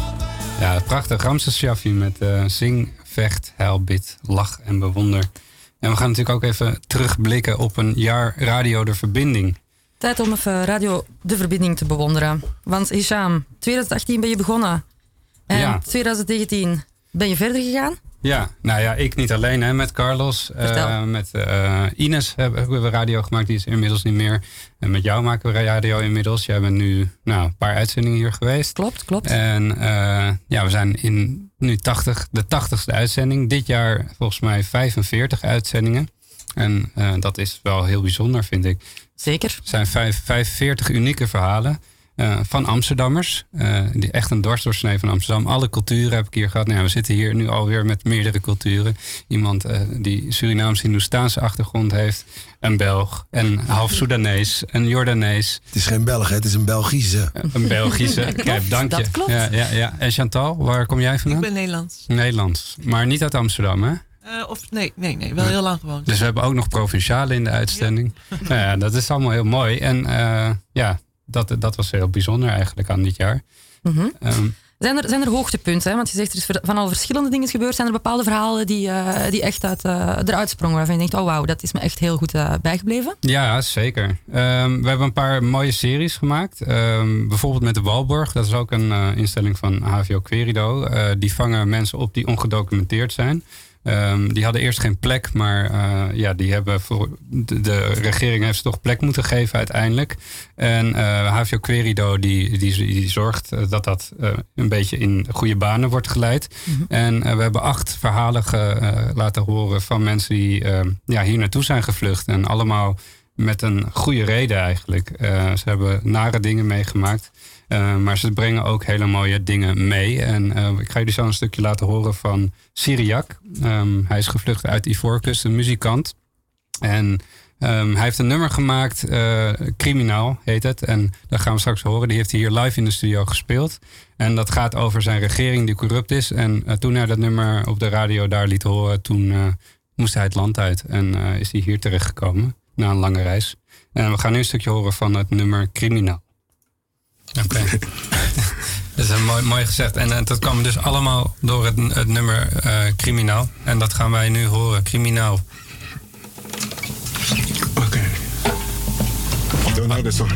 Ja, prachtig. Ramses Shaffi met uh, Zing, Vecht, Huil, Bid, Lach en Bewonder. En we gaan natuurlijk ook even terugblikken op een jaar Radio de Verbinding. Tijd om even Radio de Verbinding te bewonderen. Want Hisham, twintig achttien ben je begonnen. En ja. twintig negentien ben je verder gegaan? Ja, nou ja, ik niet alleen, hè, met Carlos. Uh, met uh, Ines hebben we radio gemaakt, die is inmiddels niet meer. En met jou maken we radio inmiddels. Jij bent nu nou, een paar uitzendingen hier geweest. Klopt, klopt. En uh, ja, we zijn in nu tachtig, de tachtigste uitzending. Dit jaar volgens mij vijfenveertig uitzendingen. En uh, dat is wel heel bijzonder, vind ik. Zeker. Het zijn vijf, vijfenveertig unieke verhalen. Uh, van Amsterdammers. Uh, die echt een dwarsdoorsnee van Amsterdam. Alle culturen heb ik hier gehad. Nou, we zitten hier nu alweer met meerdere culturen. Iemand uh, die Surinaams-Hindoestaanse achtergrond heeft. Een Belg. En half Soedanees. Een Jordanees. Het is geen Belg, hè? Het is een Belgische. Uh, een Belgische. Kijk, dank je. Dat klopt. Ja, ja, ja. En Chantal, waar kom jij vandaan? Ik ben Nederlands. Nederlands. Maar niet uit Amsterdam, hè? Uh, of, nee, nee, nee, wel heel lang gewoond. Dus we hebben ook nog provinciale in de uitzending. Ja. Nou ja, dat is allemaal heel mooi. En uh, ja... Dat, dat was heel bijzonder eigenlijk aan dit jaar. Mm-hmm. Um, zijn, er, zijn er hoogtepunten? Hè? Want je zegt er is van al verschillende dingen gebeurd. Zijn er bepaalde verhalen die, uh, die echt uit, uh, eruit sprongen? Waarvan je denkt, oh wauw, dat is me echt heel goed uh, bijgebleven? Ja, zeker. Um, we hebben een paar mooie series gemaakt. Um, bijvoorbeeld met de Walborg. Dat is ook een uh, instelling van H V O Querido. Uh, die vangen mensen op die ongedocumenteerd zijn. Um, die hadden eerst geen plek, maar uh, ja, die hebben voor de, de regering heeft ze toch plek moeten geven uiteindelijk. En uh, H V O Querido die, die, die zorgt dat dat uh, een beetje in goede banen wordt geleid. Mm-hmm. En uh, we hebben acht verhalen ge, uh, laten horen van mensen die uh, ja, hier naartoe zijn gevlucht. En allemaal met een goede reden eigenlijk. Uh, ze hebben nare dingen meegemaakt. Uh, maar ze brengen ook hele mooie dingen mee. En uh, ik ga jullie zo een stukje laten horen van Syriac. Um, hij is gevlucht uit Ivoorkust, een muzikant. En um, hij heeft een nummer gemaakt, uh, Criminaal heet het. En dat gaan we straks horen. Die heeft hij hier live in de studio gespeeld. En dat gaat over zijn regering die corrupt is. En uh, toen hij dat nummer op de radio daar liet horen, toen uh, moest hij het land uit. En uh, is hij hier terechtgekomen na een lange reis. En we gaan nu een stukje horen van het nummer Criminaal. Oké. Okay. Dat is een mooi, mooi gezegd. En, en dat kwam dus allemaal door het, het nummer uh, Criminaal. En dat gaan wij nu horen. Criminaal. Oké. Okay. Doe nou dit zo.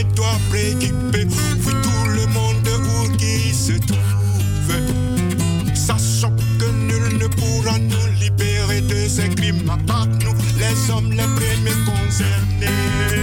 toi préoccupé. Oui, tout le monde où qui se trouve. Sachant que nul ne pourra nous libérer de ces crimes. À part nous, les hommes les premiers concernés.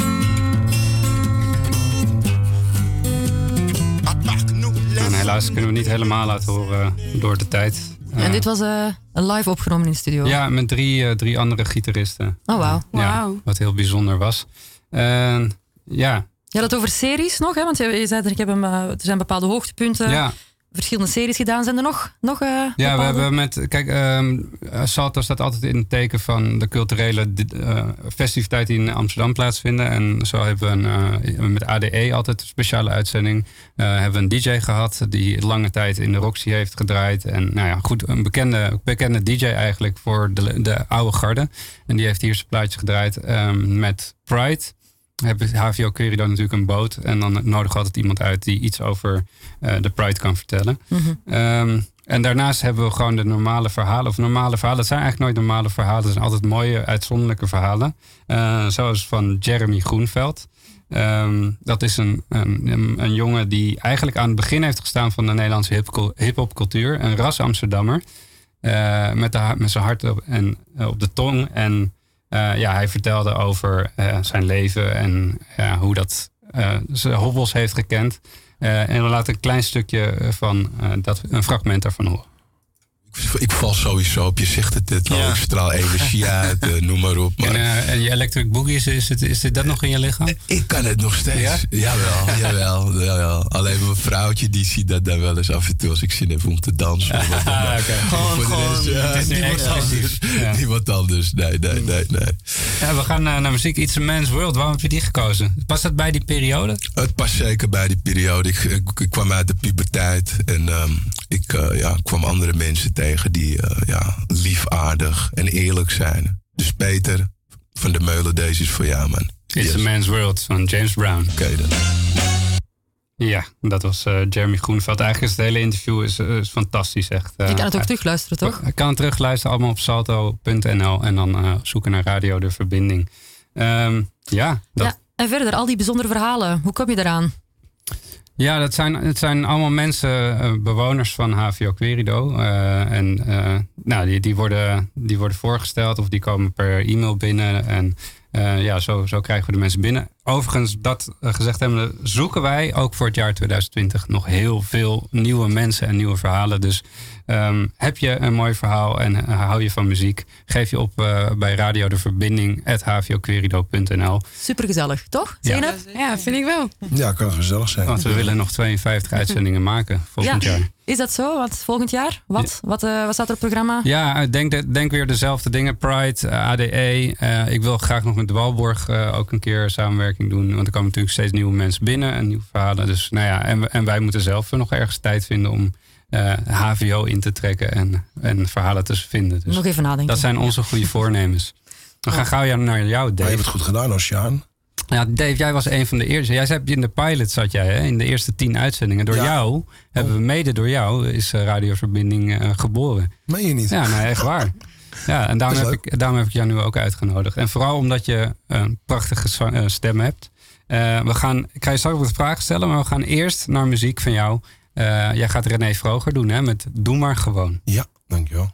En helaas kunnen we niet helemaal laten horen door de tijd. En uh, dit was uh, live opgenomen in de studio? Ja, met drie, uh, drie andere gitaristen. Oh, wauw. Ja, Wow. wat heel bijzonder was. Uh, ja. Je had het over series nog, hè? Want je, je zei dat ik heb hem, uh, er zijn bepaalde hoogtepunten. Ja. Verschillende series gedaan. Zijn er nog? nog uh, ja, bepaalde? we hebben met. Kijk, um, Salto staat altijd in het teken van de culturele uh, festiviteiten die in Amsterdam plaatsvinden. En zo hebben we een, uh, met A D E altijd een speciale uitzending. Uh, hebben we een D J gehad die lange tijd in de Roxy heeft gedraaid. En nou ja, goed, een bekende, bekende D J eigenlijk voor de, de oude garde. En die heeft hier zijn plaatje gedraaid um, met Pride. Hebben H V O Querido natuurlijk een boot. En dan nodig altijd iemand uit die iets over uh, de Pride kan vertellen. Mm-hmm. Um, en daarnaast hebben we gewoon de normale verhalen. Of normale verhalen. Het zijn eigenlijk nooit normale verhalen. Het zijn altijd mooie, uitzonderlijke verhalen. Uh, zoals van Jeremy Groenveld. Um, dat is een, een, een jongen die eigenlijk aan het begin heeft gestaan van de Nederlandse hip-hop cultuur. Een ras Amsterdammer. Uh, met, de, met zijn hart op, en, uh, op de tong. En Uh, ja, hij vertelde over uh, zijn leven en uh, hoe dat uh, zijn hobbels heeft gekend. Uh, en we laten een klein stukje van uh, dat, een fragment daarvan horen. Ik, ik val sowieso op, je zegt het net al, ja. Ik straal energie uit, uh, noem maar op. Maar... En, uh, en je electric boogie, is, is, het, is dit dat nog in je lichaam? Ik kan het nog steeds. Ja? Jawel, jawel, jawel. Alleen mijn vrouwtje die ziet dat dan wel eens af en toe als ik zin heb om te dansen. Ah, okay. Gewoon, gewoon. Rest, ja, het is niemand anders. Ja. Niemand anders, nee, nee, nee, nee. Ja, we gaan uh, naar muziek. It's a Man's World. Waarom heb je die gekozen? Past dat bij die periode? Het past zeker bij die periode. Ik, ik, ik kwam uit de puberteit en um, ik uh, ja, kwam andere mensen tegen die uh, ja, lief, en eerlijk zijn. Dus Peter van de Meulen, deze is voor jou, man. It's yes. a Man's World van James Brown. Oké okay, dan. Ja, dat was uh, Jeremy Groenveld. Eigenlijk is het hele interview is, is fantastisch, echt. Uh, je kan het ook terugluisteren, toch? Ik kan het terugluisteren, allemaal op salto punt n l en dan uh, zoeken naar Radio de Verbinding. Um, ja, dat... ja, en verder, al die bijzondere verhalen. Hoe kom je eraan? Ja, dat zijn, het zijn allemaal mensen, uh, bewoners van H V O Querido. Uh, en uh, nou, die, die, worden, die worden voorgesteld of die komen per e-mail binnen. En uh, ja, zo, zo krijgen we de mensen binnen. Overigens, dat uh, gezegd hebben, zoeken wij ook voor het jaar twintig twintig nog heel veel nieuwe mensen en nieuwe verhalen. Dus um, heb je een mooi verhaal en uh, hou je van muziek, geef je op uh, bij Radio de Verbinding at h v o querido punt n l. Super gezellig, toch? Ja. Ja. ja, vind ik wel. Ja, kan gezellig zijn. Want we willen nog tweeënvijftig uitzendingen maken volgend ja. jaar. Is dat zo? Wat volgend jaar? Wat, ja. wat, uh, wat staat er op het programma? Ja, denk, denk weer dezelfde dingen. Pride, uh, A D E. Uh, ik wil graag nog met de Walborg uh, ook een keer samenwerking doen. Want er komen natuurlijk steeds nieuwe mensen binnen en nieuwe verhalen. Dus nou ja, en, en wij moeten zelf nog ergens tijd vinden om uh, H V O in te trekken en, en verhalen te vinden. Dus nog even nadenken. Dat zijn onze goede voornemens. We gaan gauw naar jou, Dave. Maar je hebt het goed gedaan, Oceaan. Ja, Dave, jij was een van de eerste. Jij zat in de pilot, zat jij, hè? In de eerste tien uitzendingen. Door ja. jou, oh. hebben we mede door jou, is Radioverbinding uh, geboren. Meen je niet? Ja, nee, echt waar. Ja, en daarom heb, ik, daarom heb ik jou nu ook uitgenodigd. En vooral omdat je een prachtige uh, stem hebt. Uh, we gaan, ik ga je straks wat vragen stellen, maar we gaan eerst naar muziek van jou. Uh, jij gaat René Vroger doen, hè? Met Doe maar gewoon. Ja, dankjewel.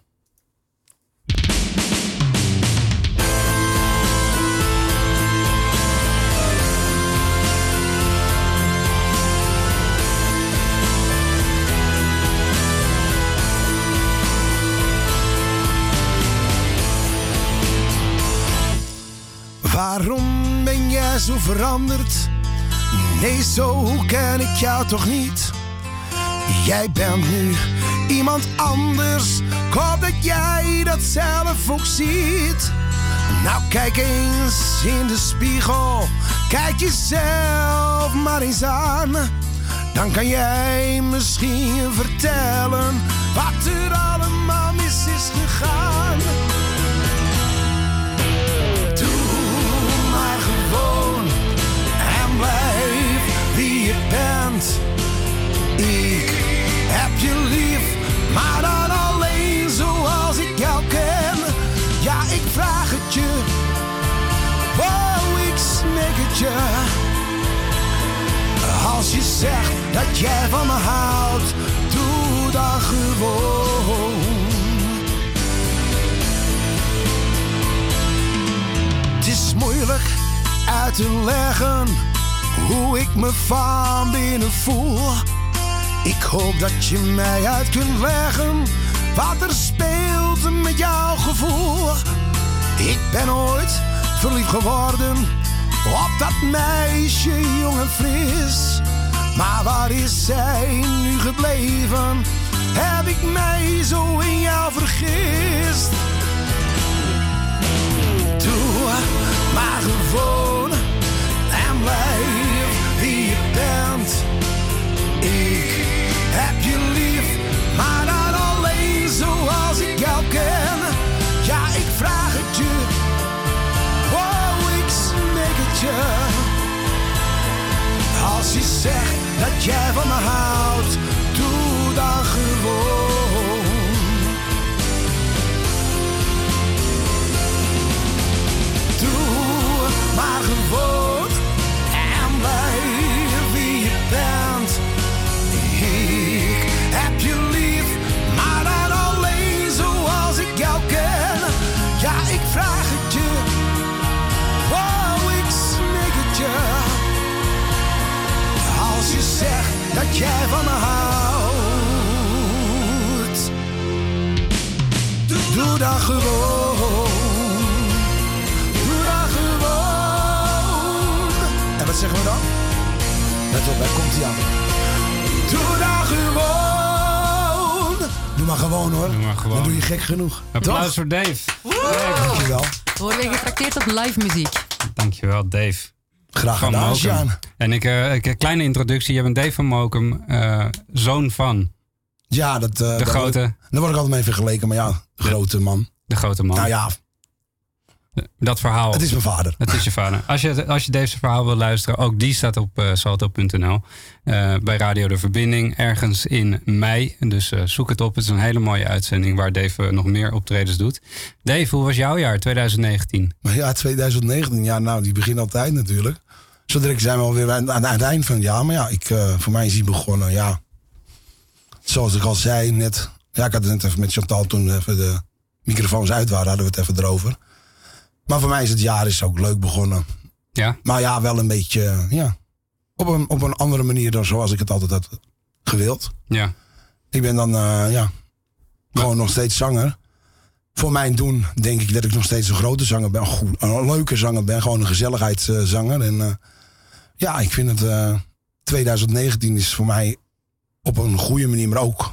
Waarom ben jij zo veranderd? Nee, zo ken ik jou toch niet. Jij bent nu iemand anders. Ik hoop dat jij dat zelf ook ziet. Nou, kijk eens in de spiegel. Kijk jezelf maar eens aan. Dan kan jij misschien vertellen wat er allemaal mis is gegaan. En blijf wie je bent. Ik heb je lief, maar dan alleen zoals ik jou ken. Ja, ik vraag het je, oh, ik smeek het je. Als je zegt dat jij van me houdt, doe dat gewoon. Het is moeilijk uit te leggen hoe ik me van binnen voel. Ik hoop dat je mij uit kunt leggen wat er speelt met jouw gevoel. Ik ben ooit verliefd geworden op dat meisje, jong en fris. Maar waar is zij nu gebleven? Heb ik mij zo in jou vergist? Doe maar gewoon en blijf wie je bent. Ik heb je lief, maar dan alleen zoals ik jou ken. Ja, ik vraag het je, oh, ik smeek het je. Als je zegt dat jij van me houdt, doe dan gewoon. Doe maar gewoon en blijf wie je bent. Ik heb je lief, maar dan alleen zoals ik jou ken. Ja, ik vraag het je, oh, ik smeek het je. Als je zegt dat jij van me houdt, doe dat gewoon. Doe dat gewoon. En wat zeggen we dan? Let op, daar komt hij aan. Doe dat gewoon. Doe maar gewoon hoor. Doe maar gewoon. Dan doe je gek genoeg. Applaus Toch? voor Dave. Dave. Dankjewel. Worden we getrakteerd op live muziek? Dankjewel, Dave. Graag Van gedaan, Mokum. Sjaan. En ik, uh, ik, een kleine introductie. Je bent Dave van Mokum, uh, zoon van. Ja, dat... Uh, de dat grote. Daar word ik altijd mee vergeleken, maar ja, de grote man. De grote man. Nou ja. Dat verhaal. Het is mijn vader. Het is je vader. Als je, als je Dave's verhaal wil luisteren, ook die staat op uh, salto punt n l. Uh, bij Radio De Verbinding, ergens in mei. Dus uh, zoek het op. Het is een hele mooie uitzending waar Dave uh, nog meer optredens doet. Dave, hoe was jouw jaar twintig negentien? Ja, twintig negentien. Ja, nou, die begint altijd natuurlijk. Zo direct zijn we alweer aan, aan het eind van het jaar. Maar ja, ik, uh, voor mij is die begonnen, ja. Zoals ik al zei net. Ja, ik had het net even met Chantal toen even de microfoons uit waren. Hadden we het even erover. Maar voor mij is het jaar is ook leuk begonnen. Ja? Maar ja, wel een beetje, ja. Op een, op een andere manier dan zoals ik het altijd had gewild. Ja. Ik ben dan, uh, ja, gewoon nog steeds zanger. Voor mijn doen denk ik dat ik nog steeds een grote zanger ben. Goed, een leuke zanger ben. Gewoon een gezelligheidszanger. En uh, ja, ik vind het... Uh, twintig negentien is voor mij op een goede manier, maar ook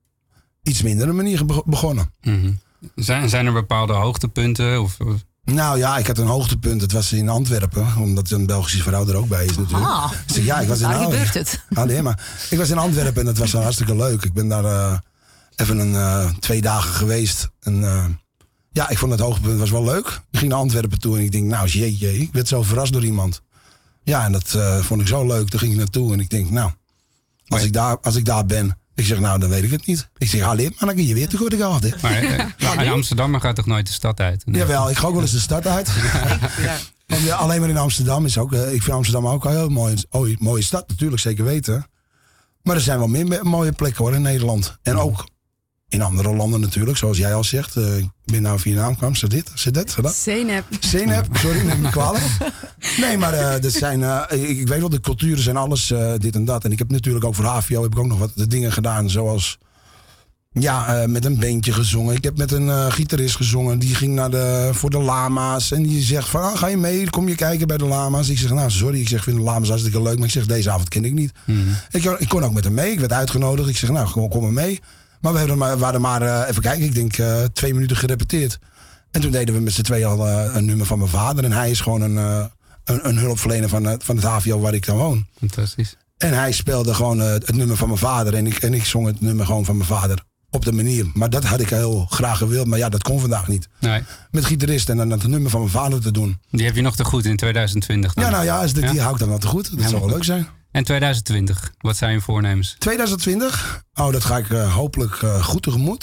iets mindere manier begonnen. Mm-hmm. Zijn, zijn er bepaalde hoogtepunten? Of, of... Nou ja, ik had een hoogtepunt. Het was in Antwerpen. Omdat een Belgische vrouw er ook bij is natuurlijk. Ah, dus ja, ik was in daar Antwerpen. gebeurt het. Ah, nee, maar ik was in Antwerpen en dat was hartstikke leuk. Ik ben daar uh, even een uh, twee dagen geweest. En uh, ja, ik vond het hoogtepunt was wel leuk. Ik ging naar Antwerpen toe en ik denk, nou jeetje, ik werd zo verrast door iemand. Ja, en dat uh, vond ik zo leuk. Daar ging ik naartoe en ik denk, nou, als ik daar, als ik daar ben... Ik zeg, nou, dan weet ik het niet. Ik zeg, alleen, maar dan kun je weer te goed gehad. Hè. Maar uh, nou, in Amsterdam gaat toch nooit de stad uit? Nee. Jawel, ik ga ook wel eens de stad uit. Ja. Want, ja, alleen maar in Amsterdam is ook... Uh, ik vind Amsterdam ook een heel mooie, oh, mooie stad, natuurlijk, zeker weten. Maar er zijn wel meer mooie plekken hoor in Nederland. En ook in andere landen natuurlijk, zoals jij al zegt. Uh, ik ben nou via je naam kwam. Zit dit? Zit dit? Zeynep. Zeynep, sorry, neem me kwalijk. Nee, maar uh, er zijn, uh, ik, ik weet wel, de culturen zijn alles uh, dit en dat. En ik heb natuurlijk ook voor H V O heb ik ook nog wat dingen gedaan. Zoals, ja, uh, met een bandje gezongen. Ik heb met een uh, gitarist gezongen. Die ging naar de, voor de lama's. En die zegt van, ah, ga je mee? Kom je kijken bij de lama's? Ik zeg, nou, sorry. Ik zeg, ik vind de lama's hartstikke leuk. Maar ik zeg, deze avond ken ik niet. Mm-hmm. Ik, ik kon ook met hem mee. Ik werd uitgenodigd. Ik zeg, nou, kom, kom maar mee. Maar we hebben maar, waren maar, uh, even kijken, ik denk uh, twee minuten gerepeteerd. En toen deden we met z'n tweeën al uh, een nummer van mijn vader. En hij is gewoon een, uh, een, een hulpverlener van, uh, van het H V O waar ik dan woon. Fantastisch. En hij speelde gewoon uh, het nummer van mijn vader. En ik, en ik zong het nummer gewoon van mijn vader op de manier. Maar dat had ik heel graag gewild. Maar ja, dat kon vandaag niet. Nee. Met gitarist en dan het nummer van mijn vader te doen. Die heb je nog te goed in twintig twintig dan? Ja, nou ja, is dit, ja? Die hou ik dan wel te goed. Dat ja, zou wel leuk zijn. En twintig twintig, wat zijn je voornemens? twintig twintig? Oh, dat ga ik uh, hopelijk uh, goed tegemoet.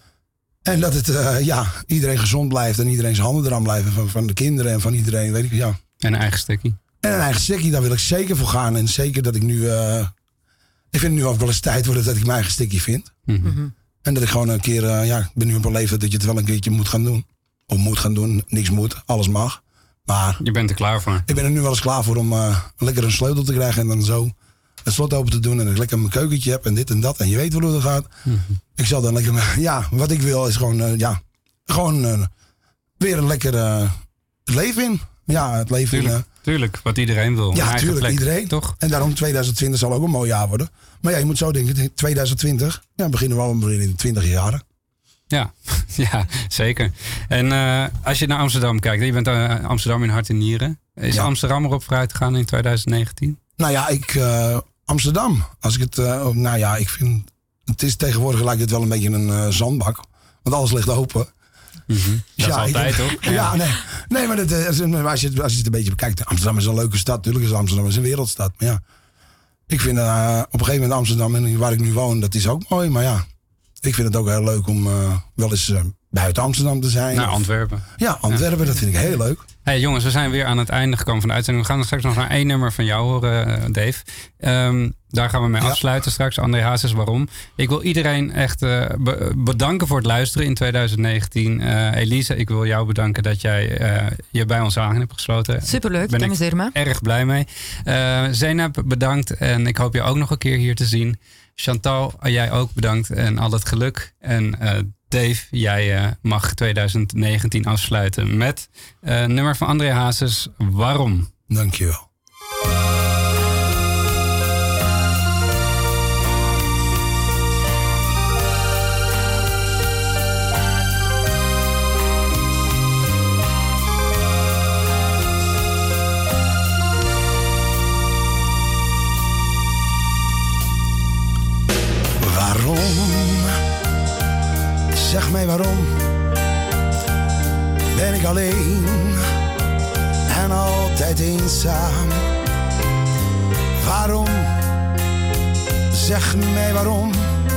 En dat het, uh, ja, iedereen gezond blijft en iedereen zijn handen eraan blijven. Van, van de kinderen en van iedereen, weet ik, ja. En een eigen stukje. En een eigen stikkie, daar wil ik zeker voor gaan. En zeker dat ik nu... Uh, ik vind het nu ook wel eens tijd worden dat ik mijn eigen stikkie vind. Mm-hmm. En dat ik gewoon een keer... Uh, ja, ik ben nu op een leeftijd dat je het wel een keertje moet gaan doen. Of moet gaan doen. Niks moet. Alles mag. Maar... Je bent er klaar voor. Ik ben er nu wel eens klaar voor om uh, lekker een sleutel te krijgen. En dan zo het slot open te doen. En dat ik lekker mijn keukentje heb. En dit en dat. En je weet wel hoe dat gaat. Mm-hmm. Ik zal dan lekker... Ja, wat ik wil is gewoon... Uh, ja, gewoon uh, weer een lekker uh, leven in. Ja, het leven tuurlijk, in... Uh, tuurlijk, wat iedereen wil. Ja, tuurlijk, iedereen. Toch? En daarom tweeduizend twintig zal ook een mooi jaar worden. Maar ja, je moet zo denken, tweeduizend twintig, ja, beginnen we al in de twintig jaren. Ja, ja, zeker. En uh, als je naar Amsterdam kijkt, je bent uh, Amsterdam in hart en nieren. Is ja. Amsterdam erop vooruit gegaan in tweeduizend negentien? Nou ja, ik, uh, Amsterdam, als ik het, uh, oh, nou ja, ik vind, het is tegenwoordig lijkt het wel een beetje een uh, zandbak. Want alles ligt open. Mm-hmm. Dat ja, is altijd ik, ook. Ja, ja nee, nee, maar dat, als, je, als je het een beetje bekijkt, Amsterdam is een leuke stad. Natuurlijk is Amsterdam is een wereldstad. Maar ja, ik vind uh, op een gegeven moment Amsterdam en waar ik nu woon, dat is ook mooi. Maar ja, ik vind het ook heel leuk om uh, wel eens uh, buiten Amsterdam te zijn. Naar of, Antwerpen. Ja, Antwerpen, ja. Dat vind ik heel leuk. Hey jongens, we zijn weer aan het einde gekomen van de uitzending. We gaan straks nog naar één nummer van jou horen, Dave. Um, daar gaan we mee ja. afsluiten straks. André Hazes, waarom? Ik wil iedereen echt uh, be- bedanken voor het luisteren in tweeduizend negentien. Uh, Elise, ik wil jou bedanken dat jij uh, je bij ons aan hebt gesloten. Superleuk, ik amuseer me. Erg blij mee. Uh, Zeynep, bedankt. En ik hoop je ook nog een keer hier te zien. Chantal, jij ook bedankt en al het geluk. En uh, Dave, jij uh, mag tweeduizend negentien afsluiten met uh, nummer van André Hazes, Waarom? Dankjewel. Waarom? Zeg mij waarom ben ik alleen en altijd eenzaam? Waarom? Zeg mij waarom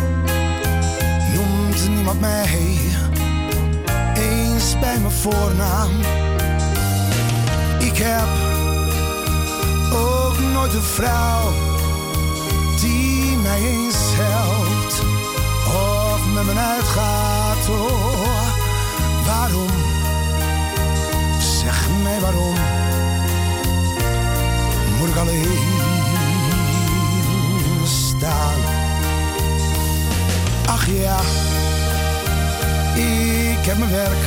noemt niemand mij eens bij mijn voornaam? Ik heb ook nooit een vrouw die mij eens helpt of met me uitgaat. Oh, waarom? Zeg mij waarom moet ik alleen staan? Ach ja, ik heb mijn werk,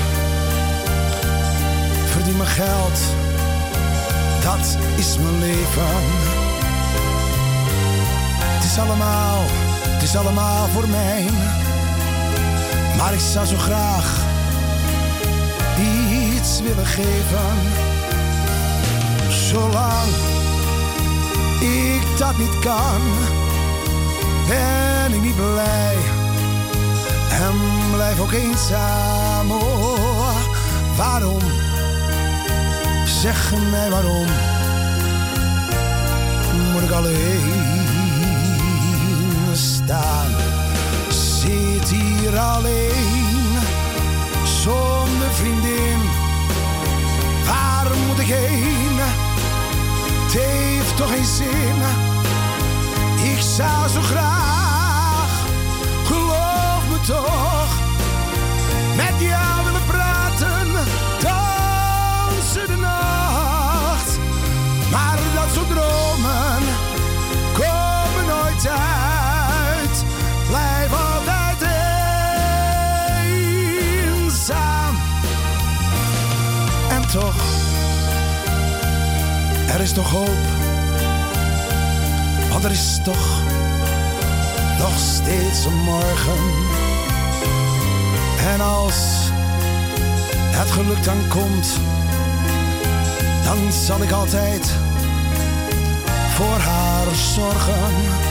verdien mijn geld, dat is mijn leven. Het is allemaal, het is allemaal voor mij. Maar ik zou zo graag iets willen geven. Zolang ik dat niet kan, ben ik niet blij. En blijf ook eenzaam. Oh, waarom? Zeg mij waarom moet ik alleen staan? Zit hier alleen, zonder vriendin. Waar moet ik heen? Het heeft toch geen zin. Ik zou zo graag, geloof me toch, met jou willen praten, dansen de nacht. Maar dat soort dromen komen nooit uit. Blijf altijd eenzaam. En toch, er is toch hoop. Want er is toch nog steeds een morgen. En als het geluk dan komt, dan zal ik altijd voor haar zorgen.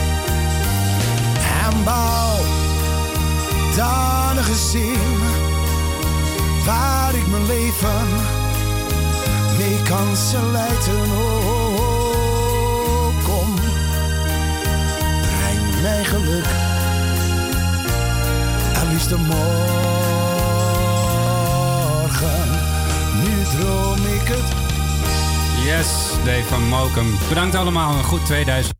En bouw dan een gezin waar ik mijn leven mee kan slijten. Oh, kom, breng mij geluk, en liefst de morgen. Nu droom ik het Yes, Dave van Mokum. Bedankt allemaal. Een goed tweeduizend.